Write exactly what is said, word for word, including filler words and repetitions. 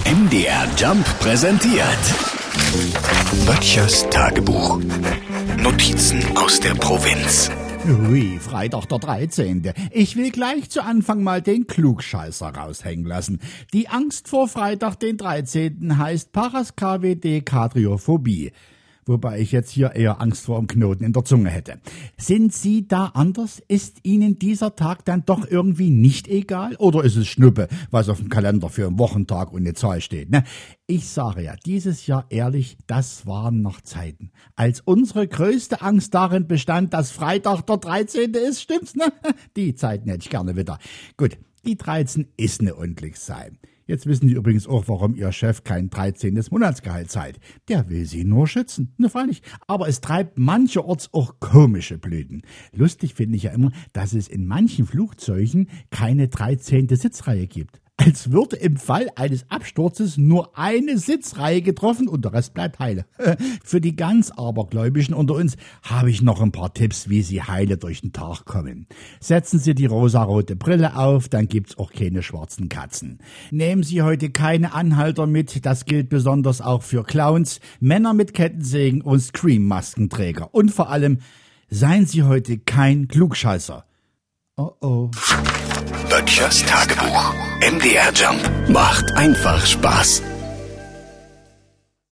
M D R Jump präsentiert Böttchers Tagebuch. Notizen aus der Provinz. Ui, Freitag der dreizehnte Ich will gleich zu Anfang mal den Klugscheißer raushängen lassen. Die Angst vor Freitag den dreizehnten heißt Paraskevdekadriophobie. Wobei ich jetzt hier eher Angst vor dem Knoten in der Zunge hätte. Sind Sie da anders? Ist Ihnen dieser Tag dann doch irgendwie nicht egal? Oder ist es Schnuppe, was auf dem Kalender für einen Wochentag und eine Zahl steht? Ne? Ich sage ja, dieses Jahr ehrlich, das waren noch Zeiten, als unsere größte Angst darin bestand, dass Freitag der dreizehnte ist. Stimmt's, ne? Die Zeiten hätte ich gerne wieder. Gut, die dreizehn ist eine Unglückszahl. Jetzt wissen Sie übrigens auch, warum Ihr Chef kein dreizehntes Monatsgehalt zahlt. Der will Sie nur schützen. Ne, freilich. Aber es treibt mancherorts auch komische Blüten. Lustig finde ich ja immer, dass es in manchen Flugzeugen keine dreizehnte Sitzreihe gibt. Als würde im Fall eines Absturzes nur eine Sitzreihe getroffen und der Rest bleibt heile. Für die ganz Abergläubischen unter uns habe ich noch ein paar Tipps, wie Sie heile durch den Tag kommen. Setzen Sie die rosarote Brille auf, dann gibt's auch keine schwarzen Katzen. Nehmen Sie heute keine Anhalter mit, das gilt besonders auch für Clowns, Männer mit Kettensägen und Scream-Maskenträger. Und vor allem, seien Sie heute kein Klugscheißer. Oh oh. Böttchers Tagebuch. M D R Jump macht einfach Spaß.